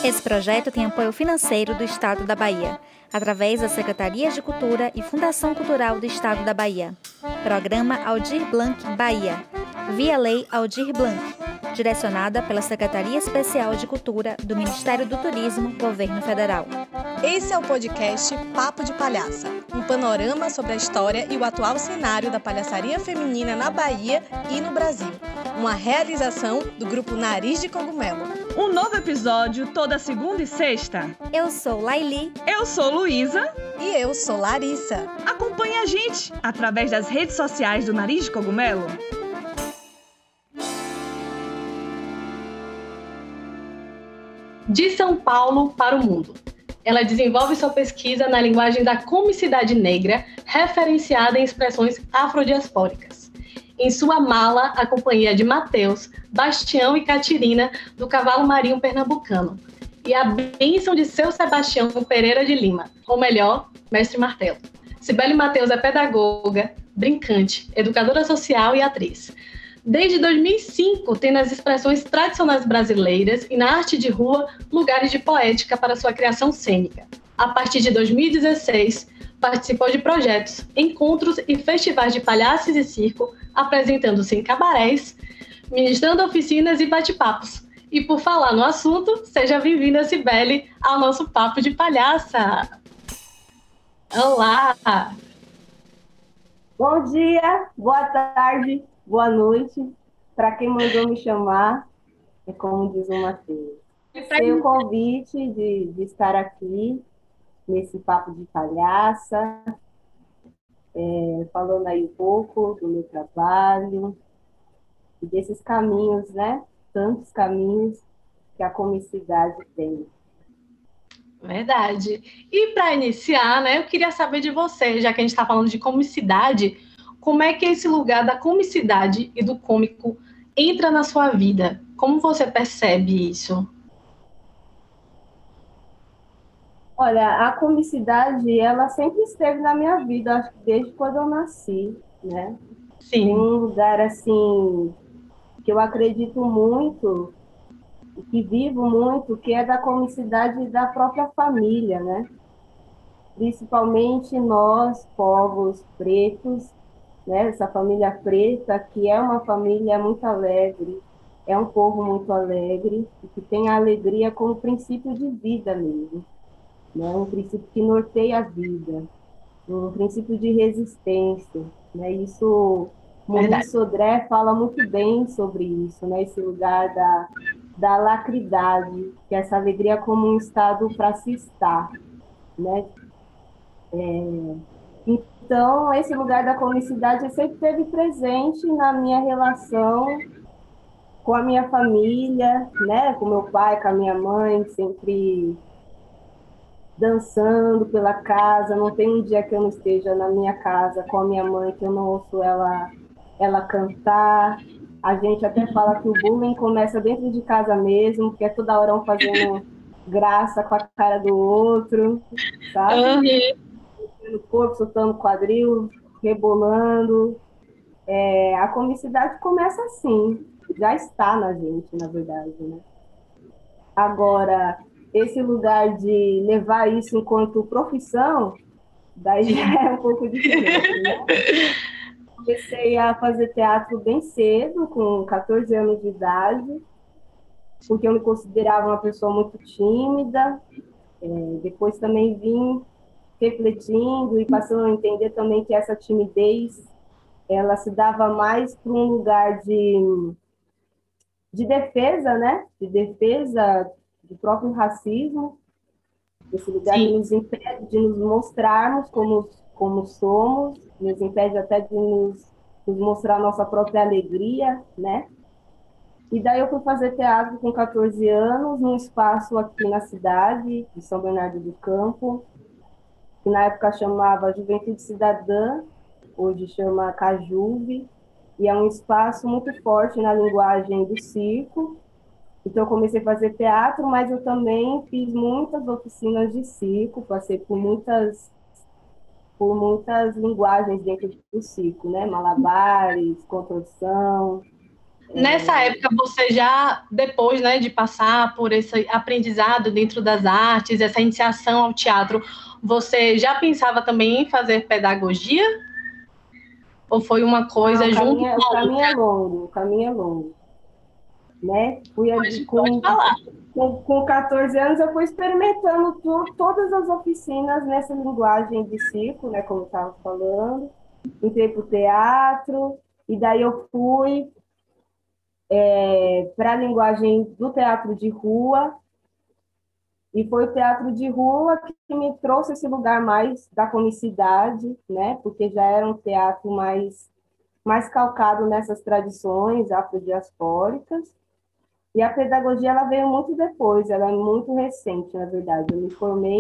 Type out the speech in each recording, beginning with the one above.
Esse projeto tem apoio financeiro do Estado da Bahia, através da Secretaria de Cultura e Fundação Cultural do Estado da Bahia. Programa Aldir Blanc Bahia, via Lei Aldir Blanc, direcionada pela Secretaria Especial de Cultura do Ministério do Turismo, Governo Federal. Esse é o podcast Papo de Palhaça, um panorama sobre a história e o atual cenário da palhaçaria feminina na Bahia e no Brasil. Uma realização do grupo Nariz de Cogumelo. Um novo episódio toda segunda e sexta. Eu sou Laili. Eu sou Luísa. E eu sou Larissa. Acompanhe a gente através das redes sociais do Nariz de Cogumelo. De São Paulo para o mundo. Ela desenvolve sua pesquisa na linguagem da comicidade negra, referenciada em expressões afrodiaspóricas. Em sua mala, a companhia de Mateus, Bastião e Catirina, do Cavalo Marinho Pernambucano, e a bênção de seu Sebastião Pereira de Lima, ou melhor, Mestre Martelo. Cibele Mateus é pedagoga, brincante, educadora social e atriz. Desde 2005, tem nas expressões tradicionais brasileiras e na arte de rua lugares de poética para sua criação cênica. A partir de 2016, participou de projetos, encontros e festivais de palhaços e circo, apresentando-se em cabarés, ministrando oficinas e bate-papos. E por falar no assunto, seja bem-vinda, Cibele, ao nosso Papo de Palhaça! Olá! Bom dia, boa tarde, boa noite, para quem mandou me chamar, é como diz o Matheus. Tem o convite de estar aqui, nesse Papo de Palhaça, falando aí um pouco do meu trabalho, e desses caminhos, né? Tantos caminhos que a comicidade tem. Verdade. E para iniciar, né, eu queria saber de você, já que a gente está falando de comicidade, como é que esse lugar da comicidade e do cômico entra na sua vida? Como você percebe isso? Olha, a comicidade, ela sempre esteve na minha vida, acho que desde quando eu nasci, né? Sim. Tem um lugar, assim, que eu acredito muito, e que vivo muito, que é da comicidade da própria família, né? Principalmente nós, povos pretos, né? Essa família preta, que é uma família muito alegre, é um povo muito alegre, e que tem a alegria como princípio de vida mesmo, né? Um princípio que norteia a vida, um princípio de resistência, né? Isso, Maurice Sodré fala muito bem sobre isso, né? Esse lugar da lacridade, que é essa alegria como um estado para se estar, né? Então, esse lugar da comicidade sempre esteve presente na minha relação com a minha família, né? Com meu pai, com a minha mãe, sempre dançando pela casa. Não tem um dia que eu não esteja na minha casa com a minha mãe, que eu não ouço ela cantar. A gente até fala que o bullying começa dentro de casa mesmo, porque é toda hora um fazendo graça com a cara do outro, sabe? No corpo, soltando quadril, rebolando. A comicidade começa assim, já está na gente, na verdade, né? Agora, esse lugar de levar isso enquanto profissão, daí já é um pouco diferente, né? Comecei a fazer teatro bem cedo, com 14 anos de idade, porque eu me considerava uma pessoa muito tímida. Depois também vim refletindo e passando a entender também que essa timidez, ela se dava mais para um lugar de defesa, né? De defesa do próprio racismo, esse lugar que nos impede de nos mostrarmos como somos, nos impede até de nos mostrar a nossa própria alegria, né? E daí eu fui fazer teatro com 14 anos, num espaço aqui na cidade de São Bernardo do Campo, que na época chamava Juventude Cidadã, hoje chama Cajuve, e é um espaço muito forte na linguagem do circo. Então eu comecei a fazer teatro, mas eu também fiz muitas oficinas de circo, passei por muitas linguagens dentro do circo, né? Malabares, contorção, Nessa época, você já, depois, né, de passar por esse aprendizado dentro das artes, essa iniciação ao teatro, você já pensava também em fazer pedagogia? Ou foi uma coisa Não, junto o com a caminho é outra? longo, o caminho é longo, né? Pode falar. Com 14 anos eu fui experimentando todas as oficinas nessa linguagem de circo, né, como eu estava falando. Entrei para o teatro, e daí eu fui para a linguagem do teatro de rua, e foi o teatro de rua que me trouxe esse lugar mais da comicidade, né, porque já era um teatro mais calcado nessas tradições afrodiaspóricas. E a pedagogia ela veio muito depois, ela é muito recente, na verdade. Eu me formei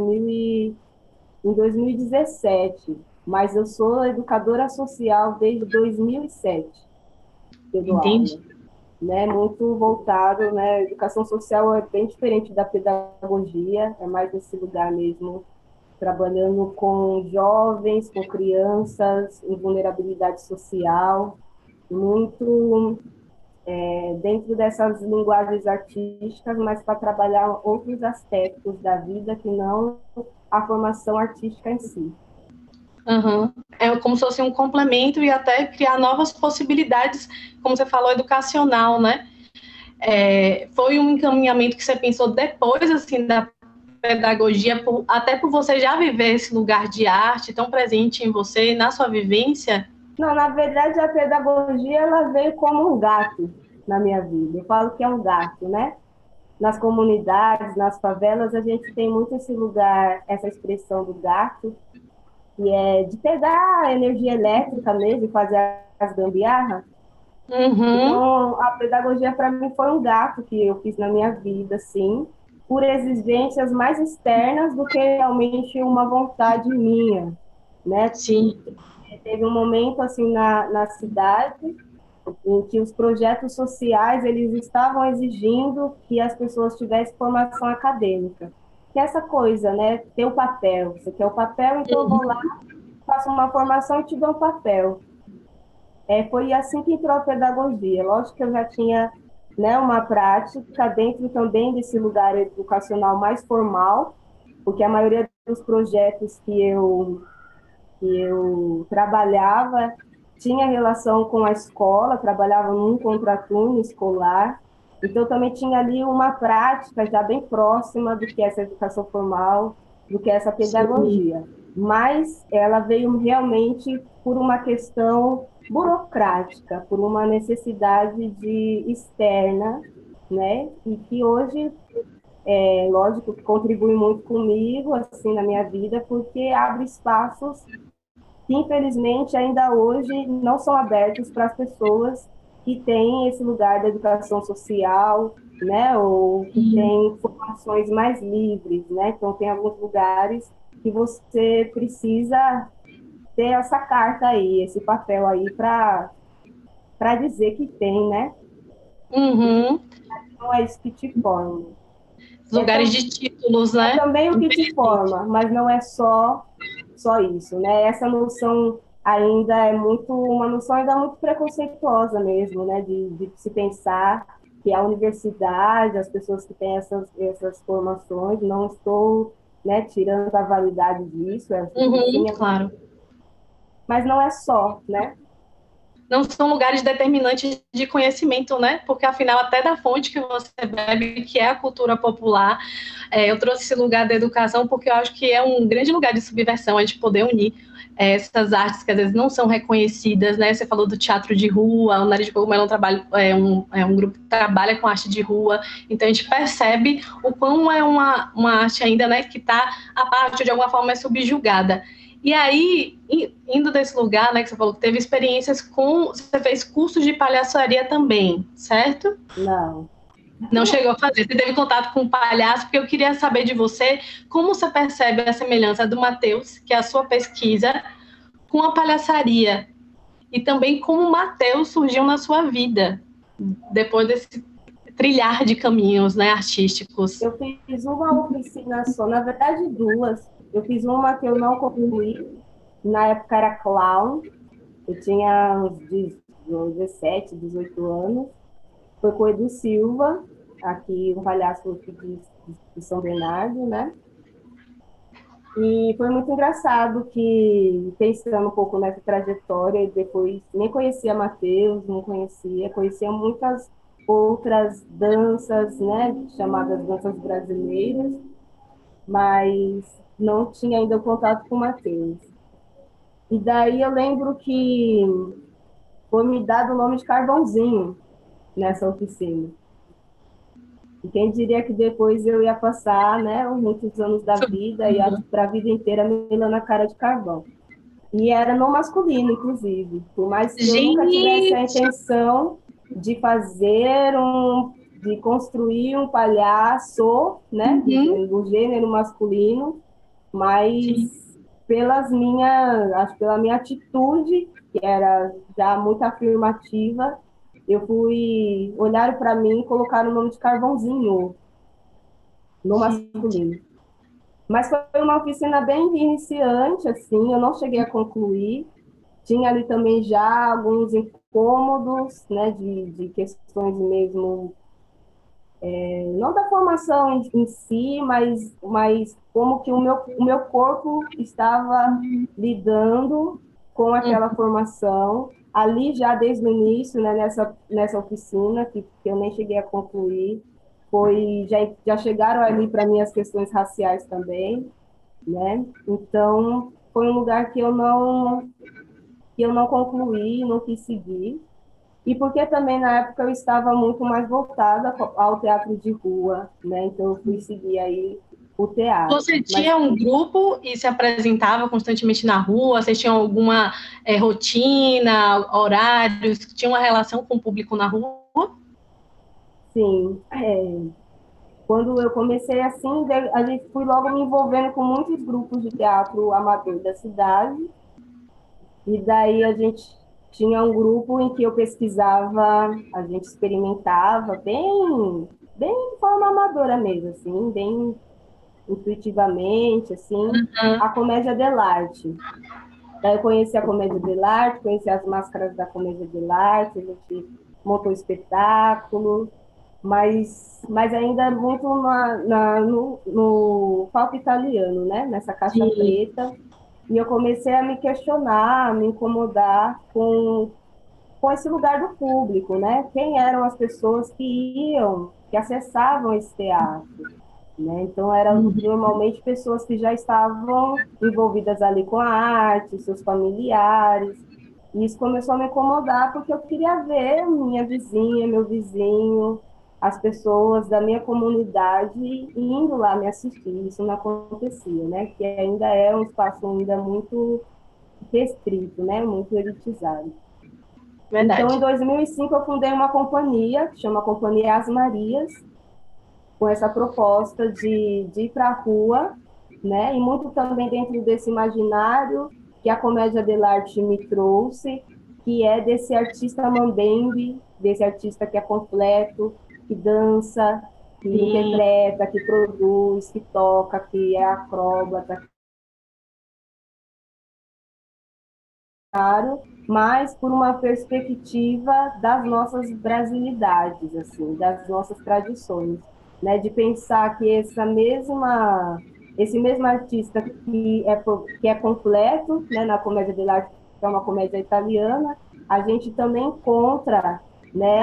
em 2017, mas eu sou educadora social desde 2007, que eu dou aula, Entendi. né? Muito voltado, né? A educação social é bem diferente da pedagogia, é mais nesse lugar mesmo, trabalhando com jovens, com crianças em vulnerabilidade social, muito dentro dessas linguagens artísticas, mas para trabalhar outros aspectos da vida que não a formação artística em si. Uhum. É como se fosse um complemento e até criar novas possibilidades, como você falou, educacional, né? Foi um encaminhamento que você pensou depois, assim, da pedagogia, até por você já viver esse lugar de arte tão presente em você, na sua vivência? Não, na verdade, a pedagogia ela veio como um gato na minha vida. Eu falo que é um gato, né? Nas comunidades, nas favelas, a gente tem muito esse lugar, essa expressão do gato, que é de pegar a energia elétrica mesmo e fazer as gambiarras. Uhum. Então, a pedagogia para mim foi um gato que eu fiz na minha vida, assim, por exigências mais externas do que realmente uma vontade minha, né? Sim. Teve um momento, assim, na cidade em que os projetos sociais, eles estavam exigindo que as pessoas tivessem formação acadêmica. Que é essa coisa, né? Ter o papel. Você quer o papel, então eu vou lá, faço uma formação e te dou um papel. Foi assim que entrou a pedagogia. Lógico que eu já tinha, né, uma prática dentro também desse lugar educacional mais formal, porque a maioria dos projetos que eu trabalhava tinha relação com a escola, trabalhava num contraturno escolar, então também tinha ali uma prática já bem próxima do que essa educação formal, do que essa Sim. pedagogia. Mas ela veio realmente por uma questão burocrática, por uma necessidade externa, né? E que hoje, lógico, que contribui muito comigo, assim, na minha vida, porque abre espaços que, infelizmente, ainda hoje não são abertos para as pessoas que têm esse lugar da educação social, né, ou que têm formações mais livres, né? Então, tem alguns lugares que você precisa ter essa carta aí, esse papel aí para dizer que tem, né? Uhum. Não é isso que te forma. É, Lugares de títulos, né? também o que te forma, mas não é só isso, né? Essa noção ainda é uma noção ainda muito preconceituosa mesmo, né? De se pensar que a universidade, as pessoas que têm essas formações, não estou, né, tirando a validade disso, Uhum, sim, claro. mas não é só, né? Não são lugares determinantes de conhecimento, né? Porque afinal, até da fonte que você bebe, que é a cultura popular, eu trouxe esse lugar da educação porque eu acho que é um grande lugar de subversão, a gente poder unir essas artes que às vezes não são reconhecidas, né? Você falou do teatro de rua, o Nariz de Cogumelo é um grupo que trabalha com arte de rua, então a gente percebe o quão é uma arte ainda, né, que está, a parte de alguma forma é subjugada. E aí, indo desse lugar, né, que você falou que teve experiências você fez cursos de palhaçaria também, certo? Não. Não chegou a fazer. Você teve contato com o palhaço, porque eu queria saber de você como você percebe a semelhança do Matheus, que é a sua pesquisa, com a palhaçaria. E também como o Matheus surgiu na sua vida, depois desse trilhar de caminhos, né, artísticos. Eu fiz uma oficina só, na verdade duas. Eu fiz uma que eu não concluí, na época era clown, eu tinha uns uns 17, 18 anos. Foi com o Edu Silva, aqui um palhaço aqui de São Bernardo, né? E foi muito engraçado que, pensando um pouco nessa trajetória, depois nem conhecia Matheus, não conhecia muitas outras danças, né, chamadas danças brasileiras, mas não tinha ainda contato com o Matheus. E daí eu lembro que foi me dado o nome de Carvãozinho nessa oficina. E quem diria que depois eu ia passar, né, muitos anos da vida e para a vida inteira melando a cara de carvão. E era no masculino, inclusive. Por mais que eu nunca tivesse a intenção de de construir um palhaço, né, do gênero masculino, mas acho que pela minha atitude, que era já muito afirmativa, olharam para mim e colocaram o nome de Carvãozinho no masculino. Mas foi uma oficina bem iniciante, assim, eu não cheguei a concluir. Tinha ali também já alguns incômodos, né, de questões mesmo, não da formação em si, mas como que o meu corpo estava lidando com aquela formação. Ali já desde o início, né, nessa oficina, que eu nem cheguei a concluir, já chegaram ali para mim as questões raciais também, né? Então, foi um lugar que eu não concluí, não quis seguir. E porque também, na época, eu estava muito mais voltada ao teatro de rua, né? Então, eu fui seguir aí o teatro. Você tinha um grupo e se apresentava constantemente na rua? Vocês tinham alguma rotina, horários? Tinha uma relação com o público na rua? Sim. Quando eu comecei assim, a gente fui logo me envolvendo com muitos grupos de teatro amador da cidade. E daí a gente tinha um grupo em que eu pesquisava, a gente experimentava bem de forma amadora mesmo, assim, bem intuitivamente, assim, a comédia dell'arte. Daí eu conheci a comédia dell'arte, conheci as máscaras da comédia dell'arte, a gente montou o espetáculo, mas ainda muito no palco italiano, né? Nessa caixa preta. E eu comecei a me questionar, a me incomodar com esse lugar do público, né? Quem eram as pessoas que acessavam esse teatro, né? Então, eram normalmente pessoas que já estavam envolvidas ali com a arte, seus familiares. E isso começou a me incomodar porque eu queria ver minha vizinha, meu vizinho, as pessoas da minha comunidade indo lá me assistir. Isso não acontecia, né? Que ainda é um espaço ainda muito restrito, né? Muito elitizado. Verdade. Então, em 2005, eu fundei uma companhia, que chama Companhia As Marias, com essa proposta de ir para a rua, né? E muito também dentro desse imaginário que a comédia dell'arte me trouxe, que é desse artista mambembe, desse artista que é completo, que dança, que interpreta, que produz, que toca, que é acróbata, mas por uma perspectiva das nossas brasilidades, assim, das nossas tradições, né? De pensar que esse mesmo artista que é completo, né? Na comédia dell'arte, que é uma comédia italiana, a gente também encontra, né?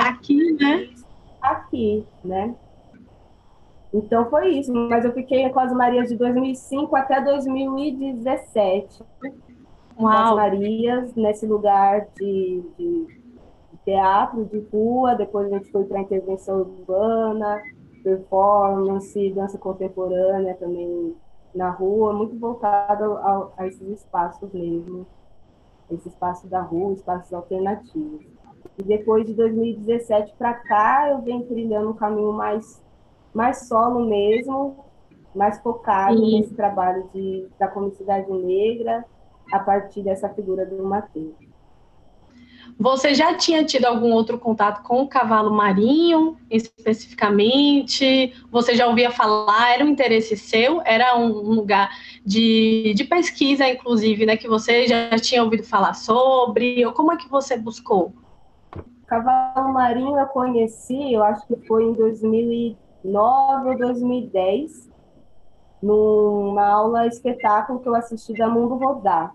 Aqui, né? Então foi isso, mas eu fiquei com as Marias de 2005 até 2017. As Marias, nesse lugar de teatro, de rua, depois a gente foi para intervenção urbana, performance, dança contemporânea também na rua, muito voltado a esses espaços mesmo, esse espaço da rua, espaços alternativos. E depois de 2017 para cá, eu venho trilhando um caminho mais solo mesmo, mais focado nesse trabalho da comunidade negra, a partir dessa figura do Matheus. Você já tinha tido algum outro contato com o cavalo marinho, especificamente? Você já ouvia falar? Era um interesse seu? Era um lugar de pesquisa, inclusive, né? Que você já tinha ouvido falar sobre? Ou como é que você buscou? Cavalo marinho eu conheci, eu acho que foi em 2009 ou 2010, numa aula espetáculo que eu assisti da Mundo Rodar,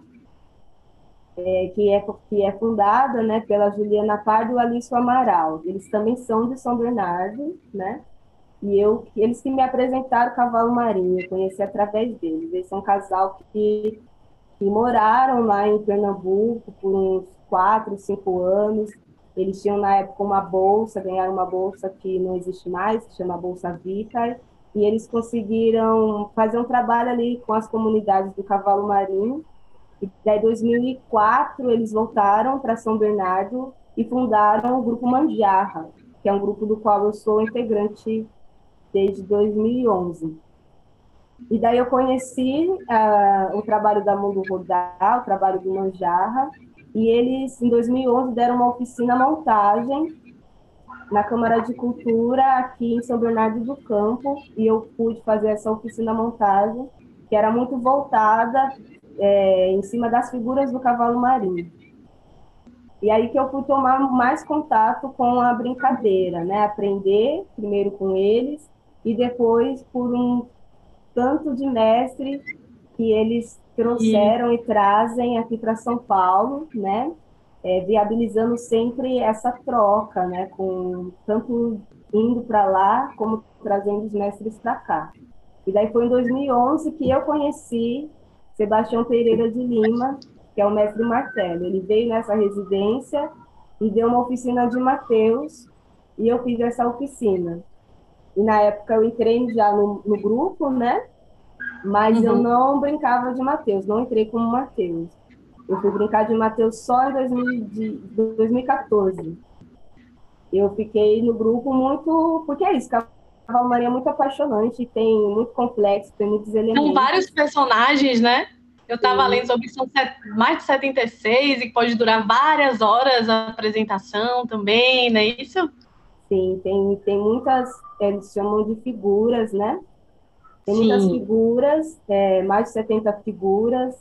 que é fundada, né, pela Juliana Pardo e o Alício Amaral. Eles também são de São Bernardo, né? Eles que me apresentaram o cavalo marinho, eu conheci através deles. Eles são um casal que moraram lá em Pernambuco por uns 4, 5 anos. Eles tinham, na época, uma bolsa, ganharam uma bolsa que não existe mais, que chama Bolsa Vita, e eles conseguiram fazer um trabalho ali com as comunidades do cavalo marinho. E daí, em 2004, eles voltaram para São Bernardo e fundaram o Grupo Mandiarra, que é um grupo do qual eu sou integrante desde 2011. E daí eu conheci o trabalho da Mundo Rodar, o trabalho do Manjarra, e eles, em 2011, deram uma oficina montagem na Câmara de Cultura, aqui em São Bernardo do Campo, e eu pude fazer essa oficina montagem, que era muito voltada em cima das figuras do cavalo marinho. E aí que eu fui tomar mais contato com a brincadeira, né? Aprender primeiro com eles, e depois por um tanto de mestre que eles trouxeram e trazem aqui para São Paulo, né? Viabilizando sempre essa troca, né? Com tanto indo para lá como trazendo os mestres para cá. E daí foi em 2011 que eu conheci Sebastião Pereira de Lima, que é o mestre martelo. Ele veio nessa residência e deu uma oficina de Mateus, e eu fiz essa oficina. E na época eu entrei já no grupo, né? Mas eu não brincava de Mateus, não entrei como Mateus. Eu fui brincar de Mateus só em 2014. Eu fiquei no grupo muito... Porque é isso, Cavalo Marinho é muito apaixonante, tem muito complexo, tem muitos elementos. São vários personagens, né? Eu estava lendo sobre são mais de 76 e pode durar várias horas a apresentação também, não é isso? Sim, tem muitas, eles chamam de figuras, né? Tem muitas figuras, mais de 70 figuras,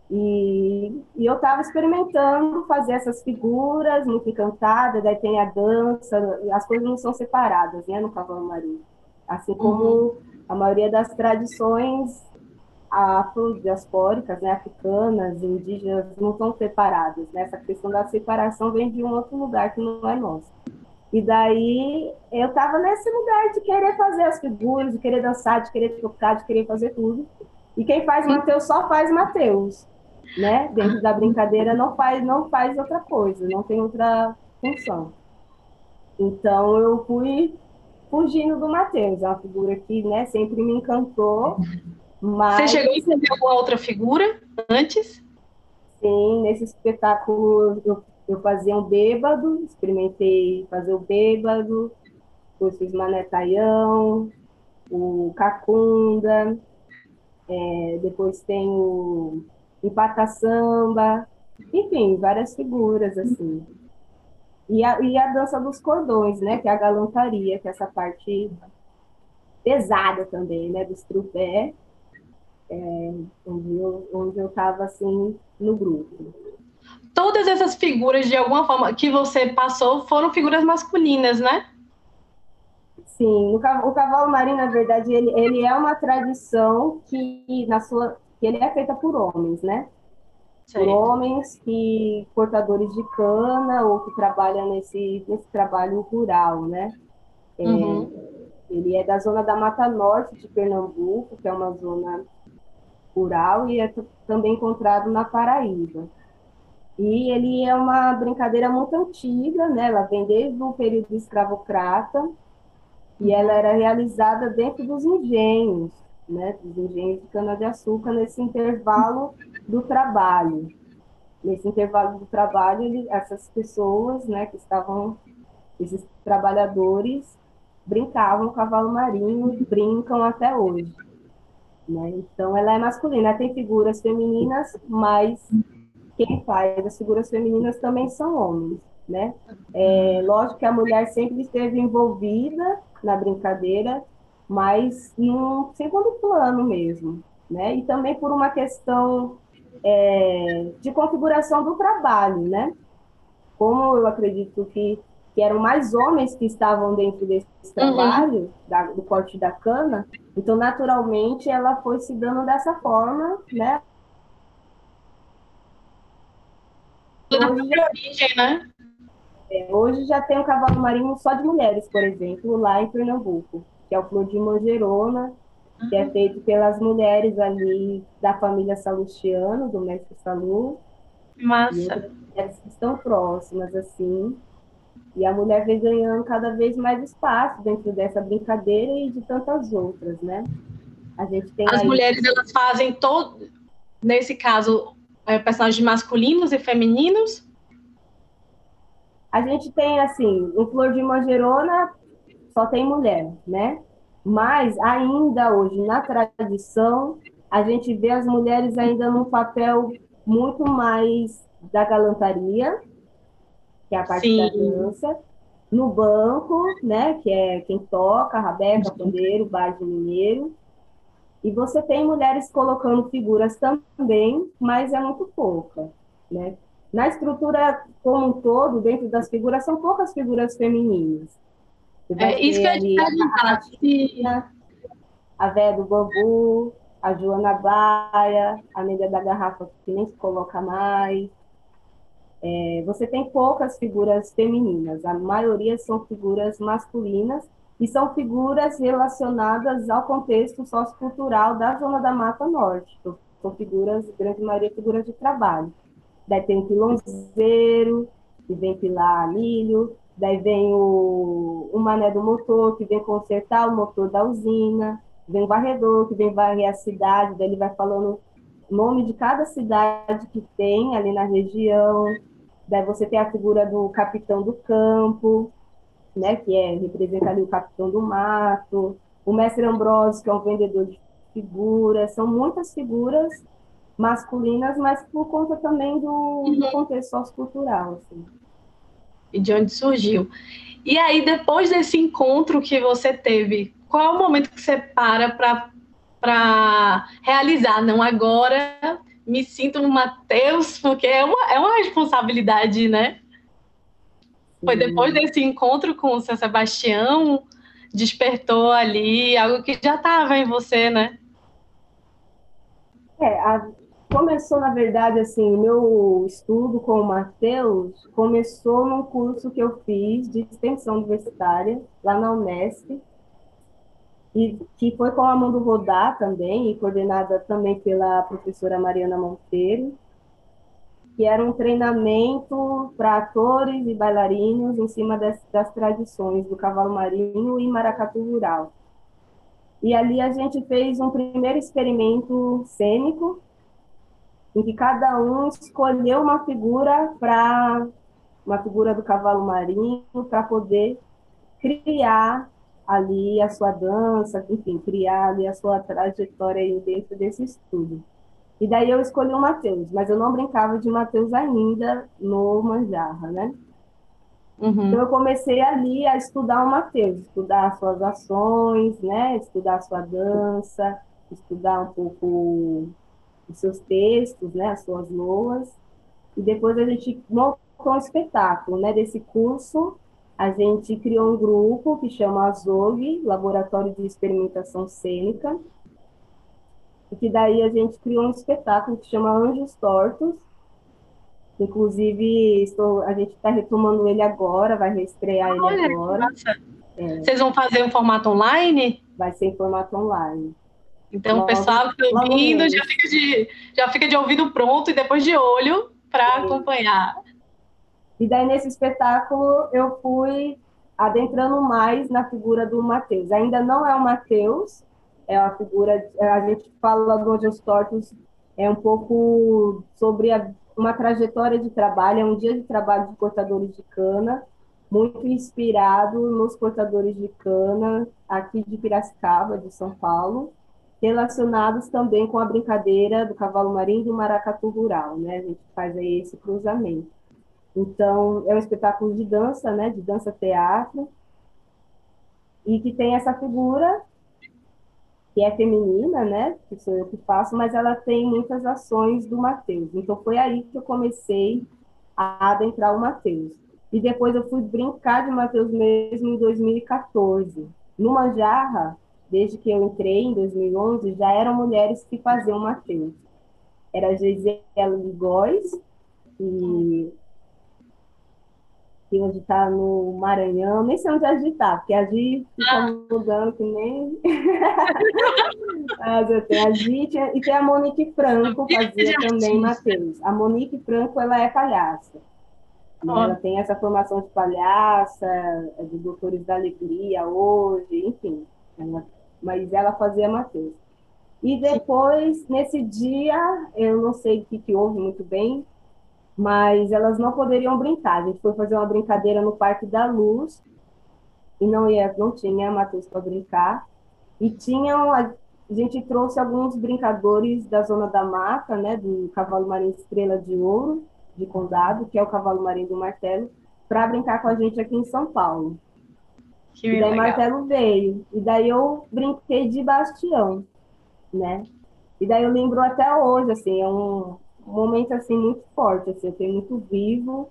e eu estava experimentando fazer essas figuras, muito encantada, daí tem a dança, as coisas não são separadas, né, no Cavalo Marinho. Assim como a maioria das tradições afrodiaspóricas, né, africanas, indígenas, não são separadas, né? Essa questão da separação vem de um outro lugar que não é nosso. E daí eu estava nesse lugar de querer fazer as figuras, de querer dançar, de querer tocar, de querer fazer tudo. E quem faz Mateus só faz Mateus, né? Dentro da brincadeira não faz outra coisa, não tem outra função. Então eu fui fugindo do Mateus, é uma figura que, né, sempre me encantou. Mas... Você chegou a fazer alguma outra figura antes? Sim, nesse espetáculo eu fazia um bêbado, experimentei fazer o bêbado, depois fiz Mané Taião, o Cacunda, depois tem o Empata Samba, enfim, várias figuras, assim. E a dança dos cordões, né, que é a galantaria, que é essa parte pesada também, né, dos trupé, onde eu estava, assim, no grupo. Todas essas figuras, de alguma forma, que você passou, foram figuras masculinas, né? Sim, o cavalo marinho, na verdade, ele é uma tradição que ele é feita por homens, né? Por homens portadores de cana ou que trabalham nesse trabalho rural, né? Ele é da zona da Mata Norte de Pernambuco, que é uma zona rural, e é também encontrado na Paraíba. E ele é uma brincadeira muito antiga, né? Ela vem desde o período escravocrata, e ela era realizada dentro dos engenhos, né? Dos engenhos de cana-de-açúcar, nesse intervalo do trabalho. Nesse intervalo do trabalho, essas pessoas, né, esses trabalhadores, brincavam cavalo marinho e brincam até hoje, né? Então, ela é masculina. Tem figuras femininas, mas quem faz as figuras femininas também são homens, né? Lógico que a mulher sempre esteve envolvida na brincadeira, mas num segundo plano mesmo, né? E também por uma questão de configuração do trabalho, né? Como eu acredito que que eram mais homens que estavam dentro desse trabalho, do corte da cana, então, naturalmente, ela foi se dando dessa forma, né? Da própria origem, né? Hoje já tem um cavalo marinho só de mulheres, por exemplo, lá em Pernambuco, que é o Flor de Manjerona, que é feito pelas mulheres ali da família Salustiano, do mestre Salu, e Massa. outras mulheres que estão próximas, assim. E a mulher vem ganhando cada vez mais espaço dentro dessa brincadeira e de tantas outras, né? A gente tem As aí... mulheres, elas fazem todo, nesse caso, personagens masculinos e femininos? A gente tem, assim, o Flor de Manjerona só tem mulher, né? Mas ainda hoje, na tradição, a gente vê as mulheres ainda num papel muito mais da galantaria, que é a parte da Sim. dança, no banco, né, que é quem toca, rabeca, pandeiro, baile mineiro, e você tem mulheres colocando figuras também, mas é muito pouca, né? Na estrutura como um todo, dentro das figuras, são poucas figuras femininas. Você vai Isso que ter eu ia te ali a perguntar. Tina, a Véia do Bambu, a Joana Baia, a Nega da Garrafa, que nem se coloca mais. Você tem poucas figuras femininas, a maioria são figuras masculinas e são figuras relacionadas ao contexto sociocultural da Zona da Mata Norte. Então, são figuras, grande maioria, figuras de trabalho. Daí tem o pilonzeiro, que vem pilar milho, daí vem o mané do motor, que vem consertar o motor da usina, vem o varredor, que vem varrer a cidade, daí ele vai falando o nome de cada cidade que tem ali na região. Daí você tem a figura do capitão do campo, né, que representa ali o capitão do mato, o mestre Ambrósio, que é um vendedor de figuras, são muitas figuras masculinas, mas por conta também do contexto sociocultural. Assim. E de onde surgiu. E aí, depois desse encontro que você teve, qual é o momento que você para realizar? Não, agora me sinto no Mateus, porque é uma responsabilidade, né? Foi depois desse encontro com o São Sebastião, despertou ali algo que já estava em você, né? Começou, na verdade, assim, o meu estudo com o Matheus começou num curso que eu fiz de extensão universitária, lá na Unesp, e que foi com a Amanda Rodar também, e coordenada também pela professora Mariana Monteiro, que era um treinamento para atores e bailarinos em cima das tradições do cavalo marinho e maracatu rural. E ali a gente fez um primeiro experimento cênico, em que cada um escolheu uma figura do cavalo marinho para poder criar ali a sua dança, enfim, criar ali a sua trajetória aí dentro desse estudo. E daí eu escolhi o Mateus, mas eu não brincava de Mateus ainda no Manjarra, né? Então eu comecei ali a estudar o Mateus, estudar as suas ações, né? Estudar a sua dança, estudar um pouco os seus textos, né? As suas loas. E depois a gente montou um espetáculo, né? Desse curso, a gente criou um grupo que chama AZOG, Laboratório de Experimentação Cênica, e que daí a gente criou um espetáculo que chama Anjos Tortos. Inclusive, a gente está retomando ele agora, vai reestrear ele agora. Vocês vão fazer um formato online? Vai ser em formato online. Então, o pessoal que está ouvindo já fica de ouvido pronto e depois de olho para acompanhar. E daí, nesse espetáculo, eu fui adentrando mais na figura do Mateus. Ainda não é o Mateus, é a figura... A gente fala do Anjos Tortos, é um pouco sobre uma trajetória de trabalho, é um dia de trabalho de cortadores de cana, muito inspirado nos cortadores de cana aqui de Piracicaba, de São Paulo, relacionados também com a brincadeira do cavalo marinho e do maracatu rural, né? A gente faz aí esse cruzamento. Então, é um espetáculo de dança, né? De dança-teatro, e que tem essa figura que é feminina, né? Que sou eu que faço, mas ela tem muitas ações do Mateus. Então, foi aí que eu comecei a adentrar o Mateus. E depois eu fui brincar de Mateus mesmo em 2014. No Manjarra, desde que eu entrei em 2011, já eram mulheres que faziam Mateus. Era a Gisele Góes, que hoje está no Maranhão, nem sei onde a Gi está, porque a Gi fica mudando que nem... Mas eu tenho a Gi e tem a Monique Franco, fazia também Mateus. A Monique Franco, ela é palhaça. Né? Ela tem essa formação de palhaça, de Doutores da Alegria hoje, enfim. Mas ela fazia Mateus. E depois, nesse dia, eu não sei o que houve muito bem, mas elas não poderiam brincar. A gente foi fazer uma brincadeira no Parque da Luz e não tinha Mateus para brincar. E a gente trouxe alguns brincadores da Zona da Mata, né, do Cavalo Marinho Estrela de Ouro, de Condado, que é o Cavalo Marinho do Martelo, para brincar com a gente aqui em São Paulo. E daí Martelo veio. E daí eu brinquei de Bastião, né? E daí eu lembro até hoje, assim, é um momento assim muito forte, assim, eu tenho muito vivo,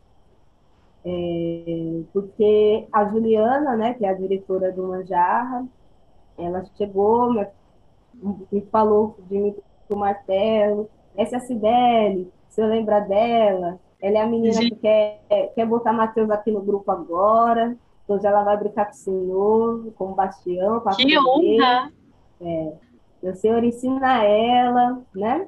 porque a Juliana, né, que é a diretora do Manjarra, ela chegou, me falou de mim pro Martelo, essa é a Cibele, você lembra dela? Ela é a menina que quer botar Matheus aqui no grupo agora, então ela vai brincar com o senhor, com o Bastião, para que honra! O senhor ensina ela, né?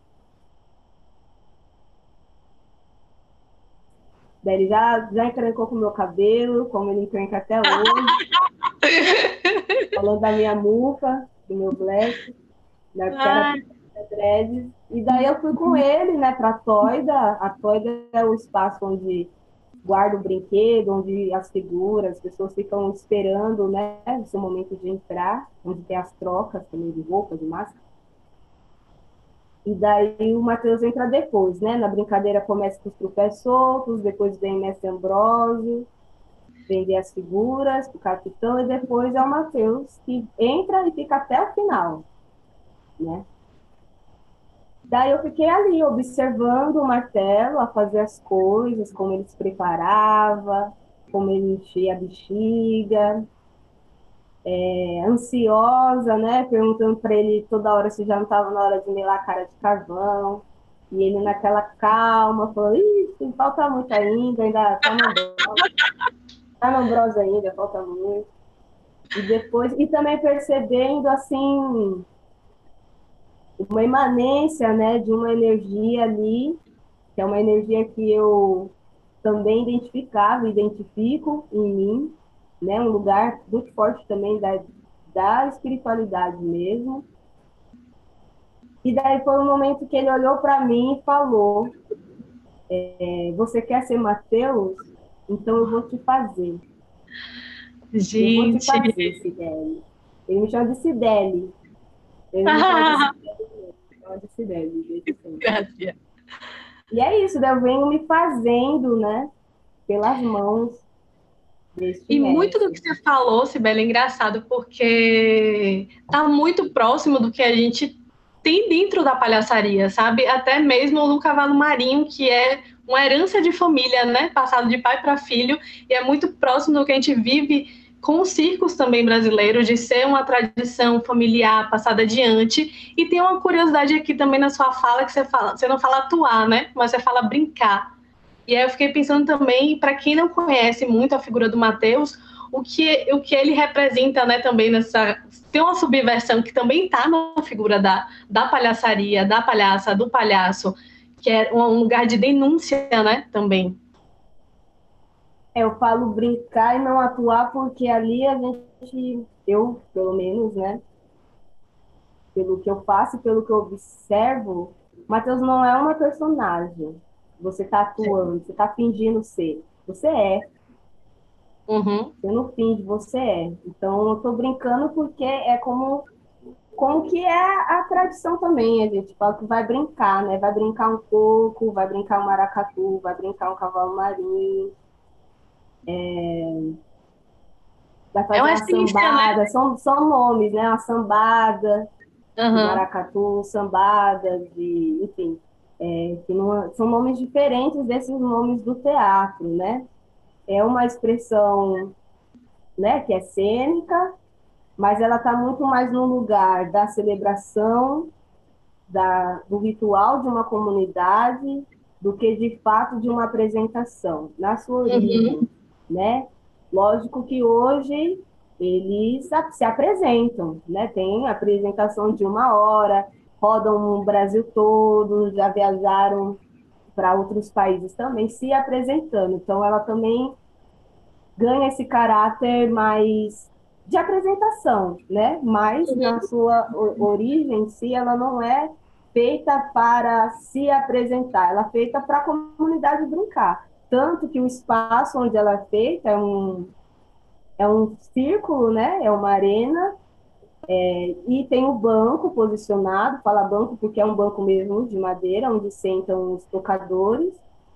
Daí ele já encrencou com o meu cabelo, como ele encrenca até hoje. Falando da minha mufa, do meu black, né, que era dreads. E daí eu fui com ele, né, para a Toida. A Toida é o espaço onde guarda o brinquedo, onde as figuras, as pessoas ficam esperando, né, esse momento de entrar, onde tem as trocas também de roupa, de máscara. E daí o Matheus entra depois, né? Na brincadeira começa com os trupés soltos, depois vem Mestre Ambrósio, vender as figuras para o capitão, e depois é o Matheus que entra e fica até o final, né? Daí eu fiquei ali observando o Martelo a fazer as coisas, como ele se preparava, como ele enchia a bexiga, ansiosa, né? Perguntando para ele toda hora se já não estava na hora de melar a cara de carvão. E ele naquela calma, falou, ih, falta muito ainda tá no Ambrósio ainda, falta muito. E depois, e também percebendo, assim, uma imanência, né, de uma energia ali, que é uma energia que eu também identifico em mim, né, um lugar muito forte também da espiritualidade mesmo. E daí foi um momento que ele olhou para mim e falou, você quer ser Mateus? Então eu vou te fazer. Gente. Eu vou te fazer, Cibele. Ele me chama de Cibele. Ele me chama de Cibele. Graças. E é isso, daí eu venho me fazendo, né, pelas mãos deste E mestre. muito do que você falou, Cibele, é engraçado, porque tá muito próximo do que a gente tem dentro da palhaçaria, sabe? Até mesmo no Cavalo Marinho, que é uma herança de família, né? Passado de pai para filho, e é muito próximo do que a gente vive com os circos também brasileiros, de ser uma tradição familiar passada adiante. E tem uma curiosidade aqui também na sua fala, que você não fala atuar, né? Mas você fala brincar. E aí eu fiquei pensando também, para quem não conhece muito a figura do Matheus, o que ele representa, né, também nessa... Tem uma subversão que também está na figura da palhaçaria, da palhaça, do palhaço, que é um lugar de denúncia, né, também. Eu falo brincar e não atuar, porque ali a gente, eu, pelo menos, né, pelo que eu faço, pelo que eu observo, Matheus não é uma personagem. Você está atuando, você está fingindo ser. Você é. Uhum. Você não finge, você é. Então, eu estou brincando porque é como que é a tradição também. A gente fala que vai brincar, né? Vai brincar um coco, vai brincar um maracatu, vai brincar um cavalo marinho. Vai fazer uma sambada. Né? São nomes, né? Uma sambada de maracatu, sambada de... Enfim, que não, são nomes diferentes desses nomes do teatro, né? é uma expressão, né, que é cênica, mas ela está muito mais no lugar da celebração, do ritual de uma comunidade, do que de fato de uma apresentação, na sua origem, né? Lógico que hoje eles se apresentam, né? Tem apresentação de 1 hora, rodam o Brasil todo, já viajaram para outros países também se apresentando. Então, ela também ganha esse caráter mais de apresentação, né? Mas na sua origem em si, ela não é feita para se apresentar, ela é feita para a comunidade brincar. Tanto que o espaço onde ela é feita é um círculo, né? É uma arena, e tem o banco posicionado, fala banco porque é um banco mesmo de madeira, onde sentam os tocadores,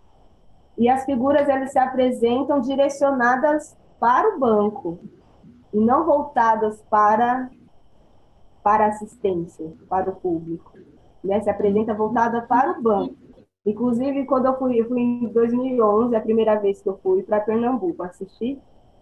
e as figuras elas se apresentam direcionadas para o banco, e não voltadas para assistência, para o público, né? Se apresenta voltada para o banco. Inclusive, quando eu fui em 2011, a primeira vez que eu fui para Pernambuco assistir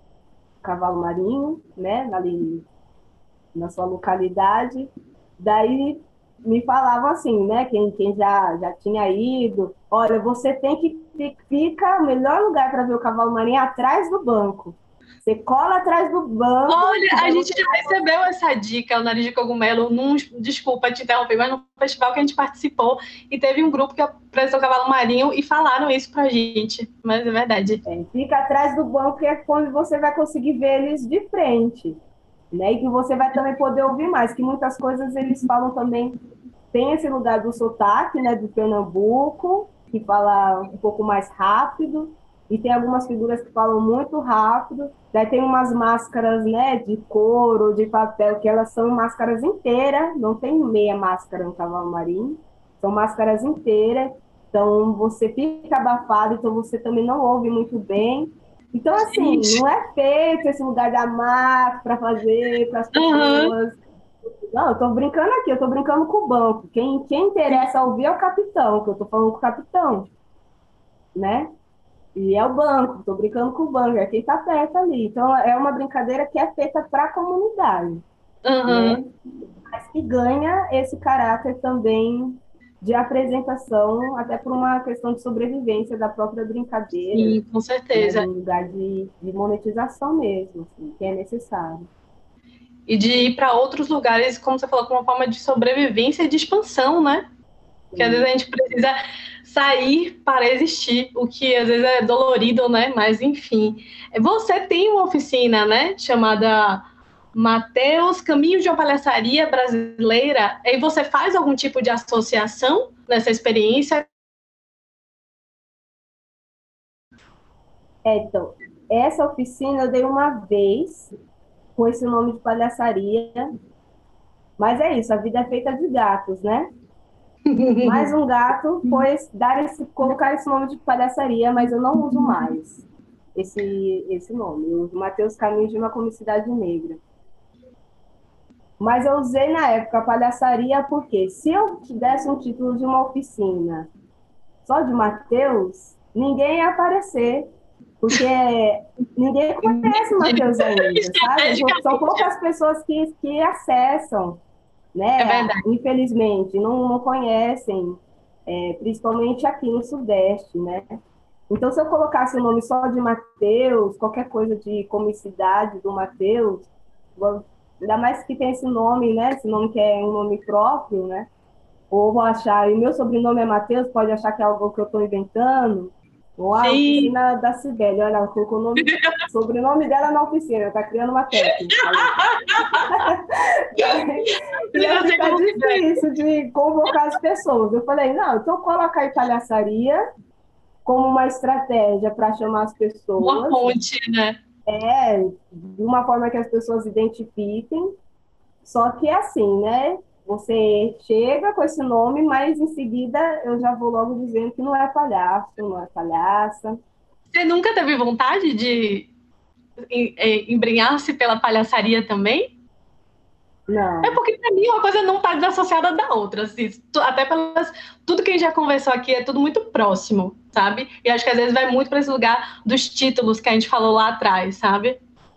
Cavalo Marinho, né? Ali na sua localidade, daí me falavam assim, né? Quem já tinha ido, olha, você tem que ficar o melhor lugar para ver o Cavalo Marinho atrás do banco. Você cola atrás do banco. Olha, a gente já recebeu essa dica, o Nariz de Cogumelo, desculpa te interromper, mas no festival que a gente participou, e teve um grupo que apresentou o Cavalo Marinho e falaram isso pra gente, mas é verdade. Fica atrás do banco, que é quando você vai conseguir ver eles de frente, né? E que você vai também poder ouvir mais, que muitas coisas eles falam também, tem esse lugar do sotaque, né, do Pernambuco, que fala um pouco mais rápido, e tem algumas figuras que falam muito rápido. Daí tem umas máscaras, né, de couro, de papel, que elas são máscaras inteiras, não tem meia máscara no Cavalo Marinho, são máscaras inteiras, então você fica abafado, então você também não ouve muito bem. Então, assim, não é feito esse lugar da máscara para fazer para as pessoas. Não, eu estou brincando aqui, eu estou brincando com o banco. Quem interessa ouvir é o capitão, que eu estou falando com o capitão, né? E é o banco, estou brincando com o banco, é quem está perto ali. Então, é uma brincadeira que é feita para a comunidade, né? Mas que ganha esse caráter também de apresentação, até por uma questão de sobrevivência da própria brincadeira. Sim, com certeza. Né? Um lugar de monetização mesmo, assim, que é necessário. E de ir para outros lugares, como você falou, com uma forma de sobrevivência e de expansão, né? Porque às vezes a gente precisa sair para existir, o que às vezes é dolorido, né? Mas enfim. Você tem uma oficina, né? Chamada Mateus, Caminho de uma Palhaçaria Brasileira. E você faz algum tipo de associação nessa experiência? Então, essa oficina eu dei uma vez com esse nome de palhaçaria, mas é isso, a vida é feita de gatos, né? Mais um gato foi colocar esse nome de palhaçaria, mas eu não uso mais esse nome. Eu uso Mateus, Caminho de uma Comicidade Negra. Mas eu usei na época a palhaçaria porque se eu tivesse um título de uma oficina só de Mateus, ninguém ia aparecer, porque ninguém conhece o Mateus ainda, sabe? São poucas pessoas que acessam, né? É verdade. Infelizmente, não conhecem, principalmente aqui no Sudeste, né? Então, se eu colocasse o nome só de Mateus, qualquer coisa de comicidade do Mateus, ainda mais que tem esse nome, né? Esse nome que é um nome próprio, né? Ou vou achar, e meu sobrenome é Mateus, pode achar que é algo que eu estou inventando. Ou a oficina da Cibele, olha, ela colocou o sobrenome dela na oficina, está criando uma técnica. Fica difícil de convocar as pessoas. Eu falei, não, então coloca aí palhaçaria como uma estratégia para chamar as pessoas. Uma ponte, né? De uma forma que as pessoas identifiquem, só que é assim, né? Você chega com esse nome, mas em seguida eu já vou logo dizendo que não é palhaço, não é palhaça. Você nunca teve vontade de embrenhar-se pela palhaçaria também? Não. É porque, pra mim, uma coisa não está desassociada da outra. Assim, até tudo que a gente já conversou aqui é tudo muito próximo. sabe? E acho que às vezes vai muito para esse lugar dos títulos que a gente falou lá atrás, sabe?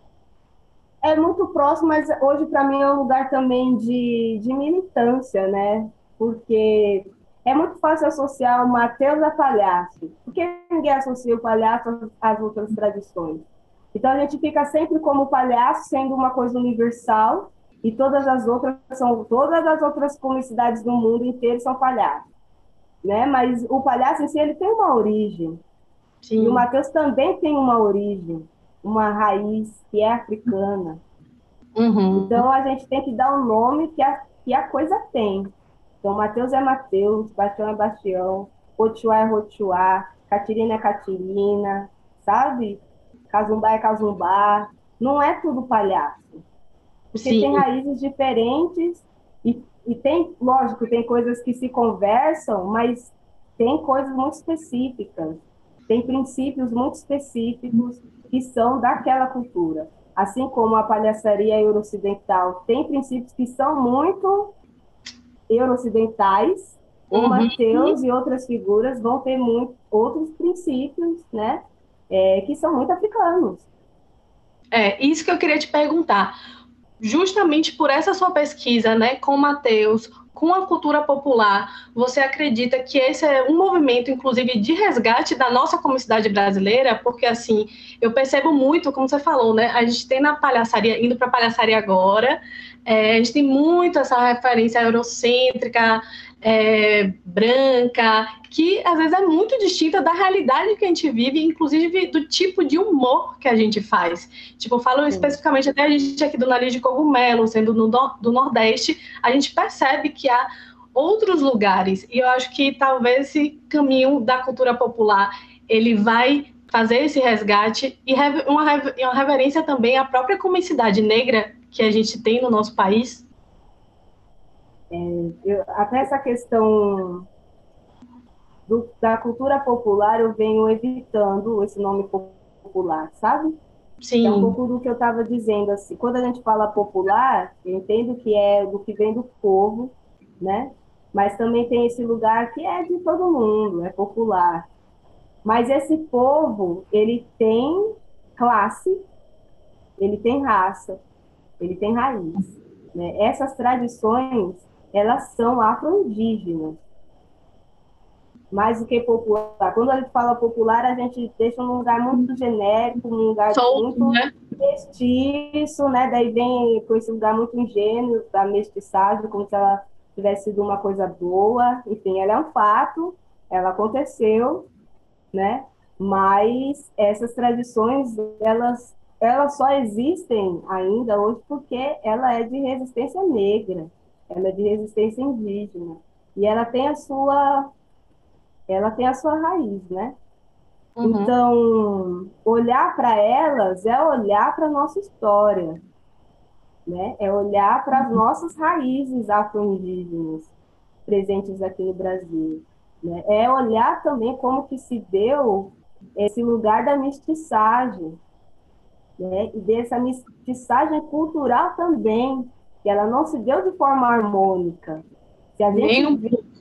É muito próximo, mas hoje para mim é um lugar também de militância, né? Porque é muito fácil associar o Mateus a palhaço. Por que ninguém associa o palhaço às outras tradições? Então a gente fica sempre como palhaço sendo uma coisa universal e todas as outras comunidades do mundo inteiro são palhaços, né? Mas o palhaço em si ele tem uma origem. Sim. E o Mateus também tem uma origem, uma raiz que é africana. Uhum. Então a gente tem que dar um nome que a coisa tem. Então Mateus é Mateus, Bastião é Bastião, Rotuá é Rotuá, Catirina é Catirina, sabe? Cazumbá é Cazumbá. Não é tudo palhaço. Porque Sim. tem raízes diferentes e tem, lógico, tem coisas que se conversam, mas tem coisas muito específicas. Tem princípios muito específicos que são daquela cultura. Assim como a palhaçaria eurocidental tem princípios que são muito eurocidentais, o Mateus e outras figuras vão ter outros princípios, né, que são muito africanos. Isso que eu queria te perguntar. Justamente por essa sua pesquisa, né, com o Mateus, com a cultura popular, você acredita que esse é um movimento, inclusive, de resgate da nossa comunidade brasileira? Porque, assim, eu percebo muito, como você falou, né, a gente tem na palhaçaria, indo para a palhaçaria agora, a gente tem muito essa referência eurocêntrica, branca, que às vezes é muito distinta da realidade que a gente vive, inclusive do tipo de humor que a gente faz. Tipo, eu falo especificamente até a gente aqui do Nariz de Cogumelo, sendo do Nordeste, a gente percebe que há outros lugares, e eu acho que talvez esse caminho da cultura popular, ele vai fazer esse resgate e uma reverência também à própria comicidade negra que a gente tem no nosso país. Até essa questão da cultura popular, eu venho evitando esse nome popular, sabe? Sim. É um pouco do que eu estava dizendo, assim, quando a gente fala popular, eu entendo que é do que vem do povo, né? Mas também tem esse lugar que é de todo mundo, é popular. Mas esse povo, ele tem classe, ele tem raça, ele tem raiz, né? Essas tradições, elas são afro-indígenas. Mais do que popular. Quando a gente fala popular, a gente deixa num lugar muito genérico, num lugar muito mestiço, né? Daí vem com esse lugar muito ingênuo da mestiçagem, como se ela tivesse sido uma coisa boa. Enfim, ela é um fato, ela aconteceu, né? Mas essas tradições, elas só existem ainda hoje porque ela é de resistência negra, ela é de resistência indígena. E ela tem a sua raiz, né? Uhum. Então, olhar para elas é olhar para a nossa história, né? É olhar para as nossas raízes afro-indígenas presentes aqui no Brasil, né? É olhar também como que se deu esse lugar da mestiçagem, né? E dessa mestiçagem cultural também, que ela não se deu de forma harmônica. Se a gente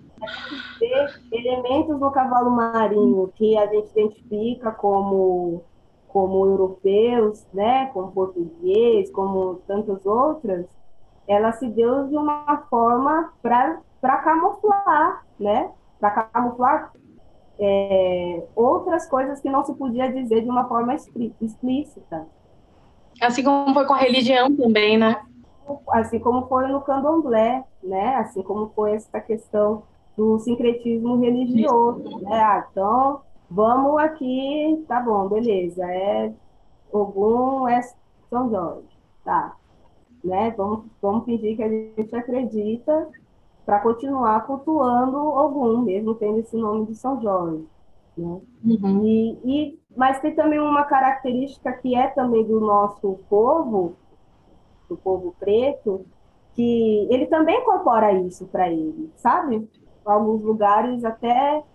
vê elementos no cavalo marinho que a gente identifica como europeus, né, como português, como tantas outras, ela se deu de uma forma para camuflar, né, para camuflar outras coisas que não se podia dizer de uma forma explícita. Assim como foi com a religião também, né? Assim como foi no candomblé, né, assim como foi essa questão do sincretismo religioso, né? Então, vamos aqui, tá bom, beleza, Ogum é São Jorge, tá, né? Vamos fingir que a gente acredita para continuar cultuando Ogum, mesmo tendo esse nome de São Jorge, né? Uhum. Mas tem também uma característica que é também do nosso povo, do povo preto, que ele também incorpora isso para ele, sabe? Alguns lugares até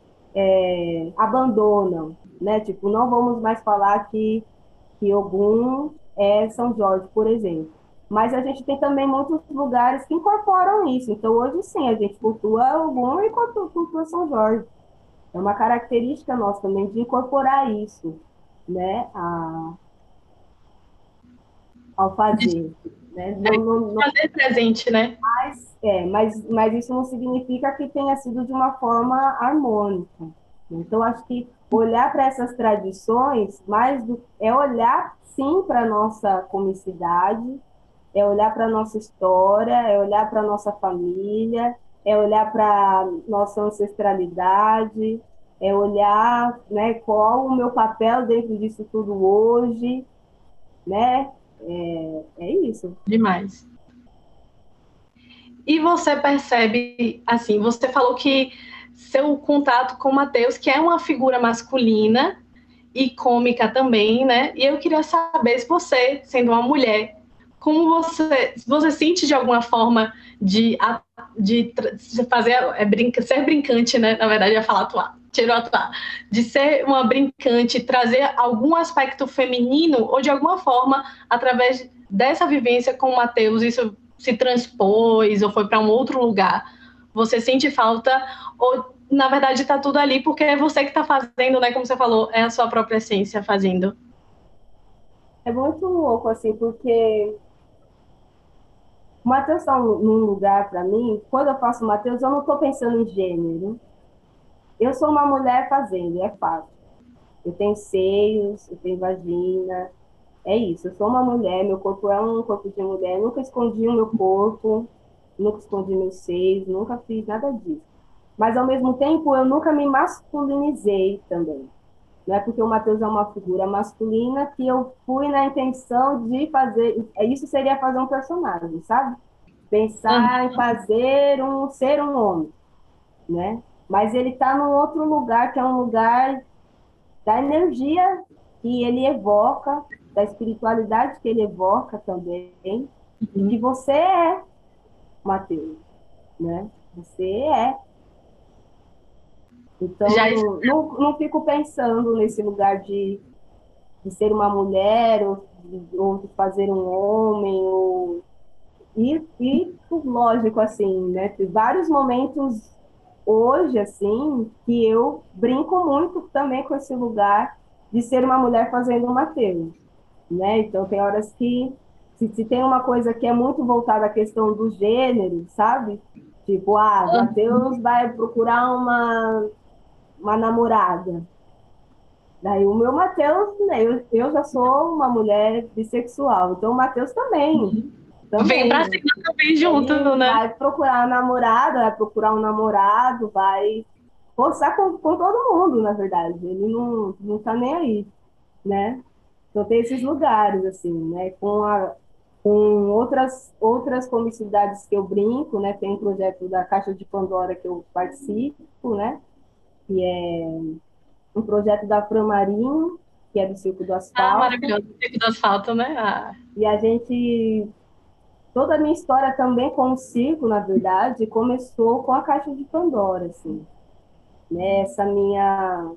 abandonam, né? Tipo, não vamos mais falar que Ogum é São Jorge, por exemplo. Mas a gente tem também muitos lugares que incorporam isso. Então, hoje sim, a gente cultua Ogum e cultua São Jorge É uma característica nossa também de incorporar isso, né, ao fazer. Né? Fazer presente, né? Mas isso não significa que tenha sido de uma forma harmônica. Então, acho que olhar para essas tradições é olhar, sim, para a nossa comicidade, é olhar para a nossa história, é olhar para a nossa família, é olhar para a nossa ancestralidade, é olhar, né, qual o meu papel dentro disso tudo hoje, né? É isso. Demais. E você percebe, assim, você falou que seu contato com o Matheus, que é uma figura masculina e cômica também, né? E eu queria saber se você, sendo uma mulher, como você sente de alguma forma de fazer, ser brincante, né? Na verdade, eu ia falar atuar, tirou atuar. De ser uma brincante, trazer algum aspecto feminino, ou de alguma forma, através dessa vivência com o Matheus, isso se transpôs ou foi para um outro lugar? Você sente falta ou, na verdade, está tudo ali porque é você que está fazendo, né? Como você falou, é a sua própria essência fazendo. É muito louco, assim, porque o Matheus está num lugar, para mim, quando eu faço o Matheus, eu não estou pensando em gênero. Eu sou uma mulher fazendo, é fácil. Eu tenho seios, eu tenho vagina, é isso. Eu sou uma mulher, meu corpo é um corpo de mulher. Eu nunca escondi o meu corpo, nunca escondi meus seios, nunca fiz nada disso. Mas, ao mesmo tempo, eu nunca me masculinizei também. Não é porque o Matheus é uma figura masculina que eu fui na intenção de fazer... Isso seria fazer um personagem, sabe? Pensar em ser um homem, né? Mas ele está num outro lugar, que é um lugar da energia que ele evoca, da espiritualidade que ele evoca também, e que você é, Matheus, né? Você é. Então, não fico pensando nesse lugar de ser uma mulher, ou de fazer um homem, e lógico, assim, né? Tem vários momentos hoje, assim, que eu brinco muito também com esse lugar de ser uma mulher fazendo um Matheus, né? Então, tem horas que, se tem uma coisa que é muito voltada à questão do gênero, sabe? Tipo, Matheus vai procurar uma namorada. Daí o meu Matheus, né, eu já sou uma mulher bissexual, então o Matheus também. Vem pra cima também junto, né? Vai procurar uma namorada, vai procurar um namorado, vai forçar com todo mundo, na verdade. Ele não tá nem aí, né? Então tem esses lugares, assim, né? Com outras comicidades que eu brinco, né? Tem um projeto da Caixa de Pandora que eu participo, né? Que é um projeto da Fran Marinho, que é do Circo do Asfalto. Maravilhoso, o Circo do Asfalto, né? E a gente... Toda a minha história também com o circo, na verdade, começou com a Caixa de Pandora, assim. Né? Essa minha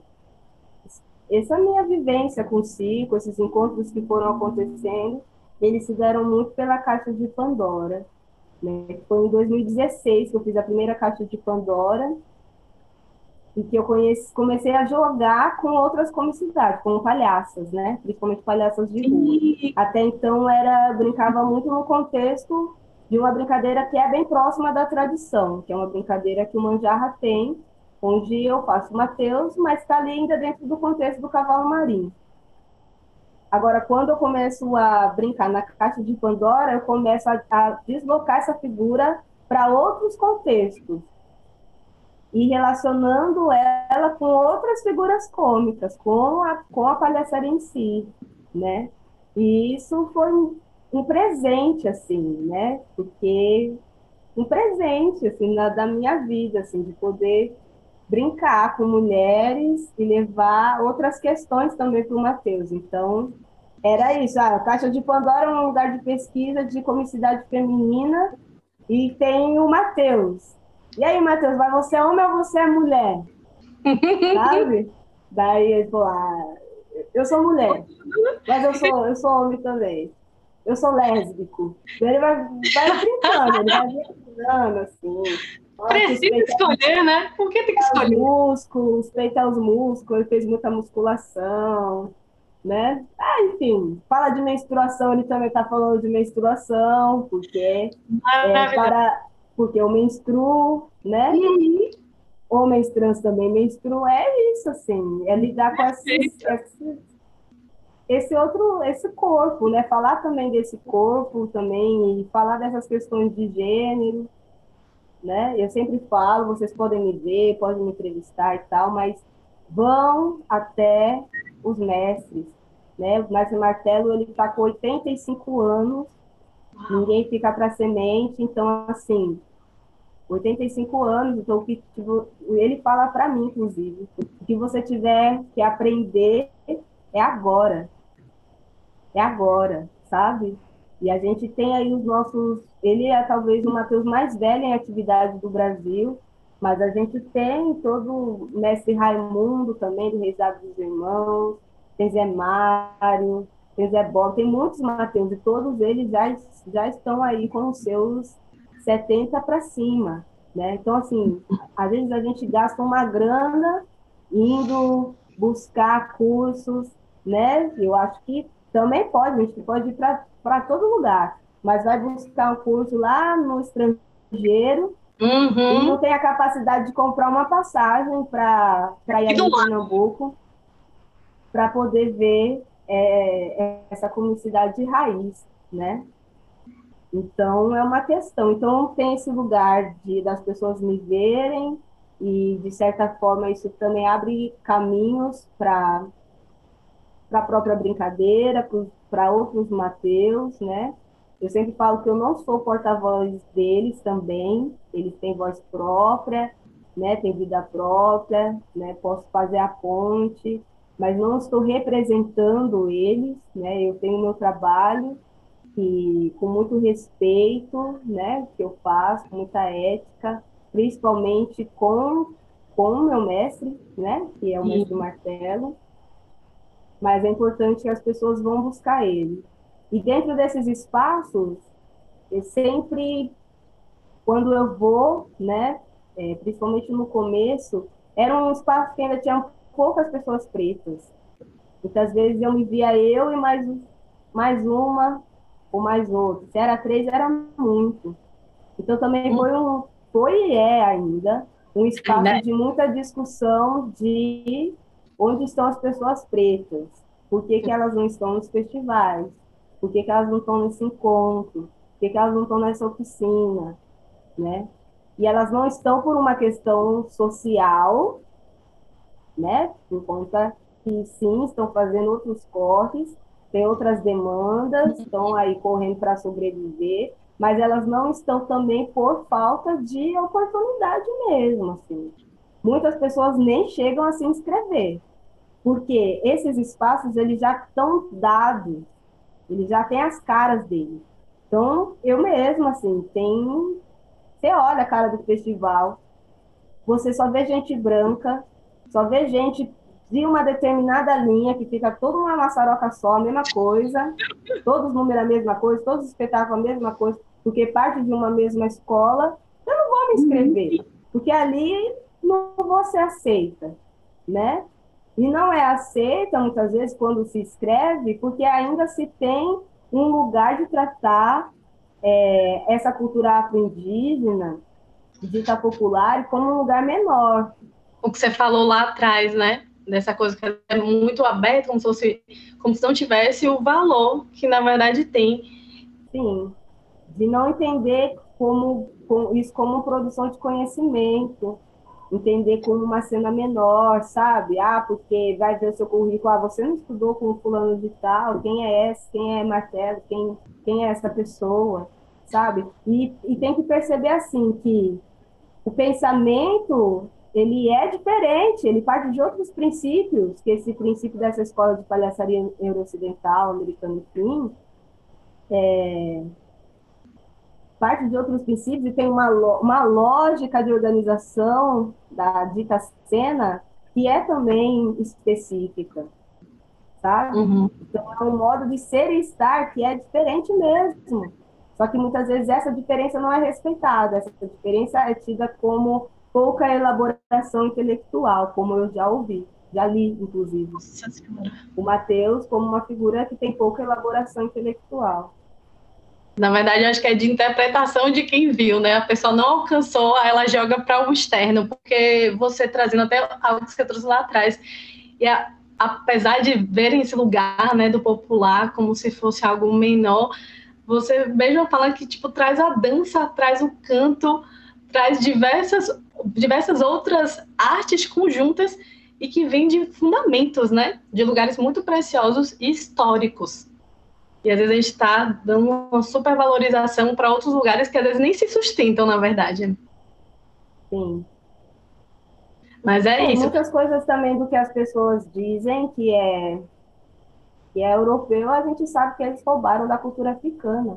vivência com o circo, esses encontros que foram acontecendo, eles se deram muito pela Caixa de Pandora. Né? Foi em 2016 que eu fiz a primeira Caixa de Pandora, e que eu comecei a jogar com outras comicidades, como palhaças, né? Principalmente palhaças de rua. Até então brincava muito no contexto de uma brincadeira que é bem próxima da tradição, que é uma brincadeira que o Manjarra tem, onde eu faço Matheus, mas está ali ainda dentro do contexto do cavalo marinho. Agora, quando eu começo a brincar na Caixa de Pandora, eu começo a deslocar essa figura para outros contextos, e relacionando ela com outras figuras cômicas, com a palhaçaria em si, né? E isso foi um presente, assim, né? Porque um presente, assim, da minha vida, assim, de poder brincar com mulheres e levar outras questões também para o Matheus. Então, era isso. A Caixa de Pandora é um lugar de pesquisa de comicidade feminina e tem o Matheus. E aí, Matheus, você é homem ou você é mulher? Sabe? Daí ele falou, eu sou mulher, mas eu sou homem também. Eu sou lésbico. Daí ele vai brincando, ele vai brincando, assim. Precisa escolher, né? Por que tem que escolher? Respeitar os músculos, ele fez muita musculação, né? Enfim, fala de menstruação, ele também está falando de menstruação, porque porque eu menstruo, né? Homens trans também menstruam, é isso, assim, é lidar com esse corpo, né? Falar também desse corpo também, e falar dessas questões de gênero, né? Eu sempre falo, vocês podem me ver, podem me entrevistar e tal, mas vão até os mestres, né? O mestre Martelo, ele está com 85 anos, ninguém fica para semente, então, assim, 85 anos, então, ele fala para mim, inclusive, o que você tiver que aprender é agora, sabe? E a gente tem aí os nossos... Ele é talvez o Mateus mais velho em atividade do Brasil, mas a gente tem todo o mestre Raimundo também, do Rezado dos Irmãos, tem Zé Mário, tem Zé Bob, tem muitos Mateus, e todos eles já estão aí com os seus 70 para cima, né? Então, assim, às vezes a gente gasta uma grana indo buscar cursos, né? Eu acho que também pode, a gente pode ir para todo lugar, mas vai buscar um curso lá no estrangeiro e não tem a capacidade de comprar uma passagem para ir ali em Pernambuco para poder ver essa comunicidade de raiz, né? Então, é uma questão. Então, tem esse lugar das pessoas me verem e, de certa forma, isso também abre caminhos para a própria brincadeira, para outros Mateus, né? Eu sempre falo que eu não sou porta-voz deles também, eles têm voz própria, né? Têm vida própria, né? Posso fazer a ponte, mas não estou representando eles, né? Eu tenho meu trabalho e com muito respeito, né? Que eu faço, com muita ética, principalmente com o meu mestre, né? Que é o mestre Martelo. Mas é importante que as pessoas vão buscar ele. E dentro desses espaços, sempre, quando eu vou, né, principalmente no começo, era um espaço que ainda tinha poucas pessoas pretas. Muitas vezes eu me via eu e mais uma ou mais outra. Se era 3, era muito. Então também foi e é ainda um espaço de muita discussão de onde estão as pessoas pretas, por que elas não estão nos festivais, por que elas não estão nesse encontro, por que elas não estão nessa oficina, né? E elas não estão por uma questão social, né? Por conta que sim, estão fazendo outros corres, tem outras demandas, estão aí correndo para sobreviver, mas elas não estão também por falta de oportunidade mesmo, assim. Muitas pessoas nem chegam a se inscrever, porque esses espaços, eles já estão dados, eles já têm as caras deles. Então, eu mesma, assim, você olha a cara do festival, você só vê gente branca, só vê gente de uma determinada linha, que fica toda uma maçaroca só, a mesma coisa, todos os números a mesma coisa, todos os espetáculos a mesma coisa, porque parte de uma mesma escola, eu não vou me inscrever, porque ali não vou ser aceita, né? E não é aceita, muitas vezes, quando se inscreve, porque ainda se tem um lugar de tratar essa cultura afro-indígena, dita popular, como um lugar menor. O que você falou lá atrás, né? Dessa coisa que é muito aberta, como se não tivesse o valor que, na verdade, tem. Sim, de não entender isso como produção de conhecimento, entender como uma cena menor, sabe? Porque vai ver o seu currículo, você não estudou com o fulano de tal, quem é esse, quem é Martelo, quem é essa pessoa, sabe? E tem que perceber, assim, que o pensamento, ele é diferente, ele parte de outros princípios, que esse princípio dessa escola de palhaçaria euro-ocidental, americana, enfim, parte de outros princípios e tem uma lógica de organização da dita cena que é também específica, sabe? Então, é um modo de ser e estar que é diferente mesmo, Só que muitas vezes essa diferença não é respeitada, essa diferença é tida como pouca elaboração intelectual, como eu já ouvi, já li, inclusive. Nossa Senhora. O Mateus como uma figura que tem pouca elaboração intelectual. Na verdade, eu acho que é de interpretação de quem viu, né? A pessoa não alcançou, aí ela joga para o externo, porque você trazendo até algo que você trouxe lá atrás, e apesar de verem esse lugar, né, do popular como se fosse algo menor, você mesmo fala que tipo traz a dança, traz o canto, traz diversas outras artes conjuntas e que vêm de fundamentos, né? De lugares muito preciosos e históricos. E às vezes a gente está dando uma supervalorização para outros lugares que às vezes nem se sustentam, na verdade. Sim. Mas é isso. Muitas coisas também do que as pessoas dizem que é europeu, a gente sabe que eles roubaram da cultura africana.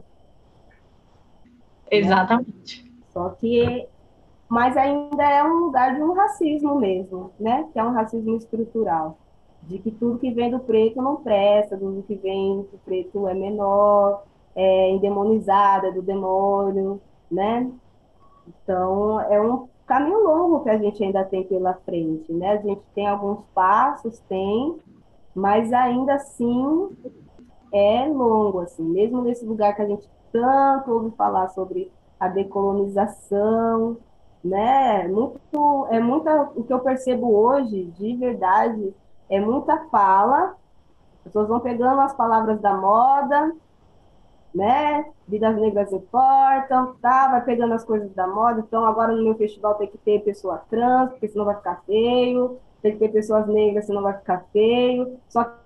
Exatamente. Né? Só que, mas ainda é um lugar de um racismo mesmo, né? Que é um racismo estrutural. De que tudo que vem do preto não presta, tudo que vem do preto é menor, é endemonizado, é do demônio, né? Então, é um caminho longo que a gente ainda tem pela frente, né? A gente tem alguns passos, mas ainda assim é longo, assim. Mesmo nesse lugar que a gente tanto ouve falar sobre a decolonização, né? O que eu percebo hoje, de verdade, é muita fala. As pessoas vão pegando as palavras da moda, né? Vidas negras importam, tá? Vai pegando as coisas da moda. Então, agora no meu festival tem que ter pessoa trans, porque senão vai ficar feio. Tem que ter pessoas negras, senão vai ficar feio. Só que,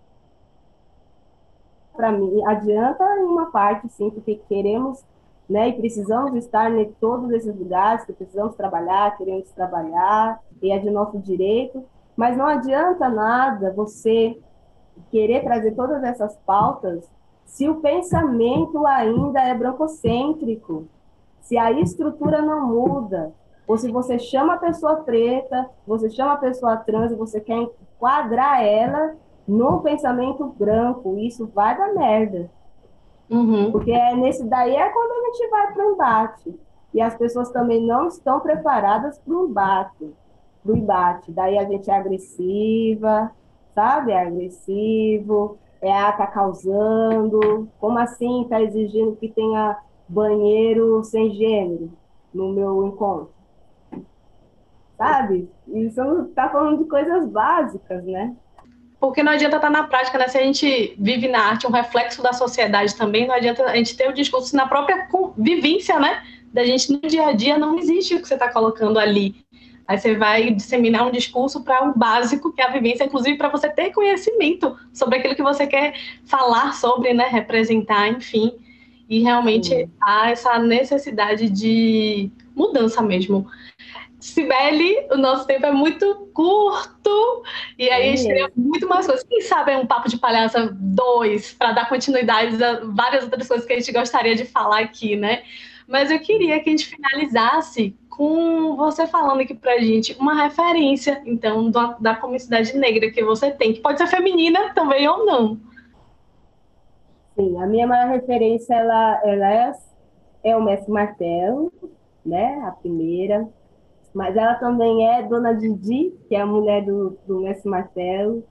para mim, adianta em uma parte, sim, porque queremos, né? E precisamos estar em todos esses lugares, que precisamos trabalhar, queremos trabalhar, e é de nosso direito. Mas não adianta nada você querer trazer todas essas pautas se o pensamento ainda é brancocêntrico, se a estrutura não muda, ou se você chama a pessoa preta, você chama a pessoa trans e você quer enquadrar ela no pensamento branco, isso vai dar merda. Uhum. Porque nesse daí é quando a gente vai para o embate. E as pessoas também não estão preparadas para o embate. Daí a gente é agressiva, sabe? É agressivo, tá causando. Como assim tá exigindo que tenha banheiro sem gênero no meu encontro? Sabe? Isso tá falando de coisas básicas, né? Porque não adianta estar na prática, né? Se a gente vive na arte, um reflexo da sociedade também, não adianta a gente ter o discurso na própria vivência, né? Da gente no dia a dia não existe o que você está colocando ali. Aí você vai disseminar um discurso para o básico, que é a vivência, inclusive para você ter conhecimento sobre aquilo que você quer falar sobre, né? Representar, enfim. E realmente há essa necessidade de mudança mesmo. Cibele, o nosso tempo é muito curto e aí a gente teria muito mais coisas. Quem sabe é um Papo de Palhaça 2 para dar continuidade a várias outras coisas que a gente gostaria de falar aqui, né? Mas eu queria que a gente finalizasse com você falando aqui pra gente uma referência, então, da comunidade negra que você tem, que pode ser feminina também ou não. Sim, a minha maior referência ela é o Mestre Martelo, né? A primeira. Mas ela também é Dona Didi, que é a mulher do Mestre Martelo.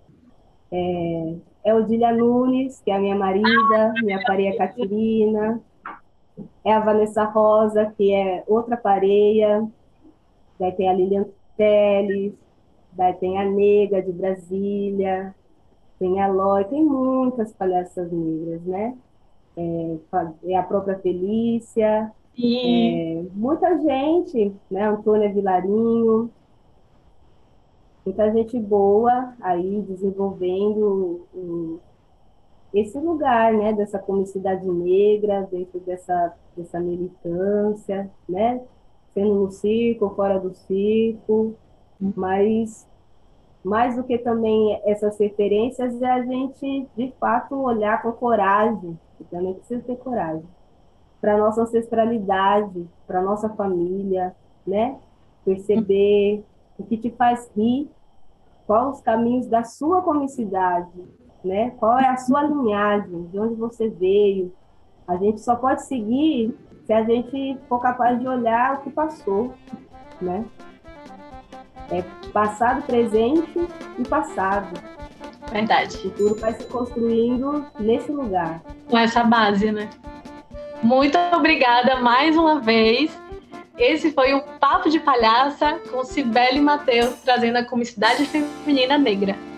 É Odília Nunes, que é a minha marida, minha pareia Catirina. É a Vanessa Rosa, que é outra pareia. Daí tem a Lilian Teles, daí tem a Nega, de Brasília. Tem a Loi, tem muitas palhaças negras, né? É a própria Felícia. Muita gente, né? Antônia Vilarinho, muita gente boa aí desenvolvendo esse lugar, né? Dessa comunidade negra, dentro dessa militância, né? Sendo no circo, fora do circo, mas mais do que também essas referências é a gente, de fato, olhar com coragem, e também precisa ter coragem, para a nossa ancestralidade, para a nossa família, né? Perceber o que te faz rir, quais os caminhos da sua comicidade, né? Qual é a sua linhagem, de onde você veio, A gente só pode seguir se a gente for capaz de olhar o que passou, né? É passado, presente e passado. Verdade. O futuro vai se construindo nesse lugar. Com essa base, né? Muito obrigada mais uma vez. Esse foi o Papo de Palhaça com Cibele e Matheus, trazendo a comicidade feminina negra.